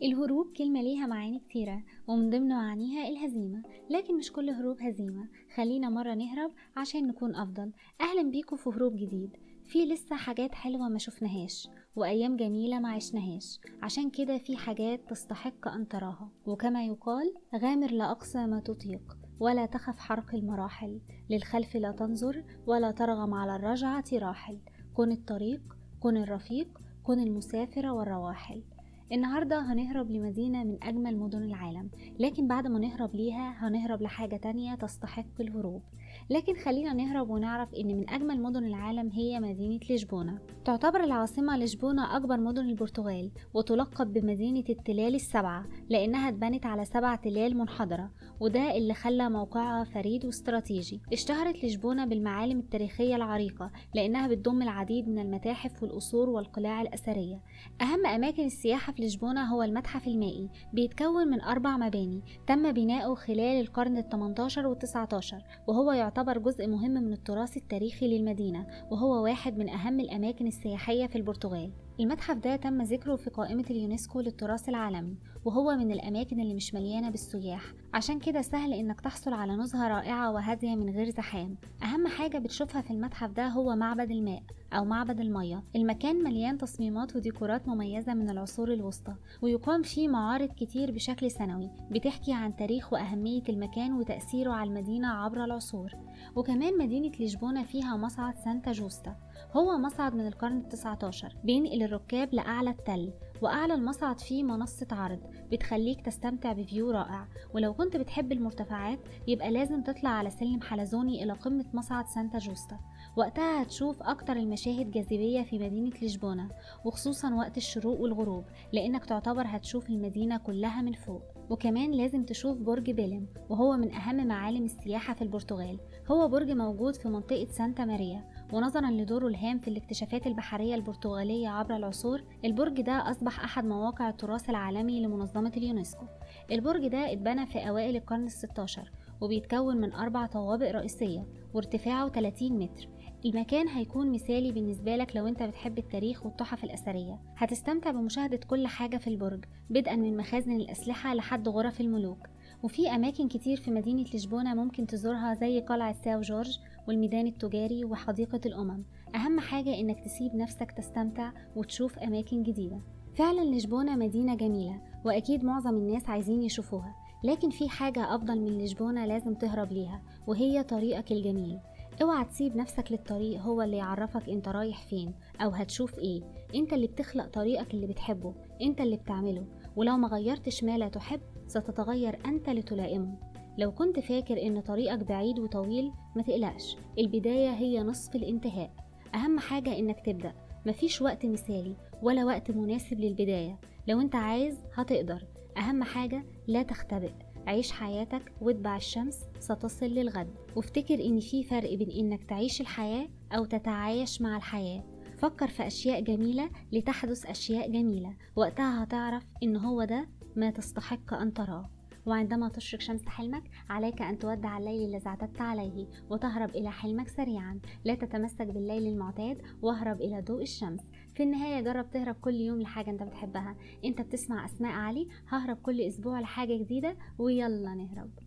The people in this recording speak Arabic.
الهروب كلمة ليها معاني كتيرة، ومن ضمن معانيها الهزيمة، لكن مش كل هروب هزيمة. خلينا مرة نهرب عشان نكون أفضل. أهلا بيكم في هروب جديد. في لسه حاجات حلوة ما شفناهاش، وأيام جميلة ما عشناهاش، عشان كده في حاجات تستحق أن تراها. وكما يقال: غامر لأقصى ما تطيق، ولا تخف حرق المراحل، للخلف لا تنظر، ولا ترغم على الرجعة راحل. كن الطريق، كن الرفيق، كن المسافر والرواحل. النهاردة هنهرب لمدينة من أجمل مدن العالم، لكن بعد ما نهرب ليها هنهرب لحاجة تانية تستحق الهروب. لكن خلينا نهرب ونعرف إن من أجمل مدن العالم هي مدينة لشبونة. تعتبر العاصمة لشبونة أكبر مدن البرتغال، وتلقب بمدينة التلال السبعة لأنها اتبنت على 7 تلال منحدرة، وده اللي خلى موقعها فريد واستراتيجي. اشتهرت لشبونة بالمعالم التاريخية العريقة لأنها بتضم العديد من المتاحف والقصور والقلاع الأثرية. أهم أماكن السياحة في لشبونة هو المتحف المائي، بيتكون من 4 مباني تم بناؤه خلال القرن ال18 وال19، وهو يعتبر جزء مهم من التراث التاريخي للمدينة، وهو واحد من أهم الأماكن السياحية في البرتغال. المتحف ده تم ذكره في قائمة اليونسكو للتراث العالمي، وهو من الأماكن اللي مش مليانة بالسياح، عشان كده سهل إنك تحصل على نزهة رائعة وهادية من غير زحام. أهم حاجة بتشوفها في المتحف ده هو معبد الماء أو معبد المية. المكان مليان تصميمات وديكورات مميزة من العصور الوسطى، ويقام فيه معارض كتير بشكل سنوي بتحكي عن تاريخ وأهمية المكان وتأثيره على المدينة عبر العصور. وكمان مدينة لشبونة فيها مصعد سانتا جوستا، هو مصعد من القرن ال19 بينقل الركاب لأعلى التل، وأعلى المصعد فيه منصة عرض بتخليك تستمتع بفيو رائع. ولو كنت بتحب المرتفعات يبقى لازم تطلع على سلم حلزوني إلى قمة مصعد سانتا جوستا، وقتها هتشوف أكتر المشاهد جاذبية في مدينة لشبونة، وخصوصا وقت الشروق والغروب، لأنك تعتبر هتشوف المدينة كلها من فوق. وكمان لازم تشوف برج بيلم، وهو من أهم معالم السياحة في البرتغال. هو برج موجود في منطقة سانتا ماريا، ونظرا لدوره الهام في الاكتشافات البحرية البرتغالية عبر العصور، البرج ده أصبح أحد مواقع التراث العالمي لمنظمة اليونسكو. البرج ده اتبنى في أوائل القرن ال16، وبيتكون من 4 طوابق رئيسية وارتفاعه 30 متر. المكان هيكون مثالي بالنسبة لك لو انت بتحب التاريخ والتحف الأثرية. هتستمتع بمشاهدة كل حاجة في البرج، بدءا من مخازن الأسلحة لحد غرف الملوك. وفي أماكن كتير في مدينة لشبونة ممكن تزورها، زي قلعة ساو جورج والميدان التجاري وحديقة الأمم. أهم حاجة إنك تسيب نفسك تستمتع وتشوف أماكن جديدة. فعلا لشبونة مدينة جميلة، وأكيد معظم الناس عايزين يشوفوها، لكن في حاجة أفضل من لشبونة لازم تهرب ليها، وهي طريقك الجميل. اوعى تسيب نفسك للطريق هو اللي يعرفك انت رايح فين او هتشوف ايه. انت اللي بتخلق طريقك اللي بتحبه، انت اللي بتعمله، ولو ما غيرتش ما لا تحب ستتغير انت لتلائمه. لو كنت فاكر ان طريقك بعيد وطويل، ما تقلقش، البداية هي نصف الانتهاء. اهم حاجة انك تبدأ، مفيش وقت مثالي ولا وقت مناسب للبداية. لو انت عايز هتقدر. اهم حاجة لا تختبئ، عيش حياتك واتبع الشمس، ستصل للغد. وافتكر ان في فرق بين انك تعيش الحياة او تتعايش مع الحياة. فكر في اشياء جميلة لتحدث اشياء جميلة، وقتها هتعرف ان هو ده ما تستحق ان تراه. وعندما تشرق شمس حلمك، عليك أن تودع الليل الذي اعتدت عليه وتهرب إلى حلمك سريعا. لا تتمسك بالليل المعتاد، واهرب إلى ضوء الشمس. في النهاية جرب تهرب كل يوم لحاجة أنت بتحبها. أنت بتسمع أسماء علي، ههرب كل أسبوع لحاجة جديدة، ويلا نهرب.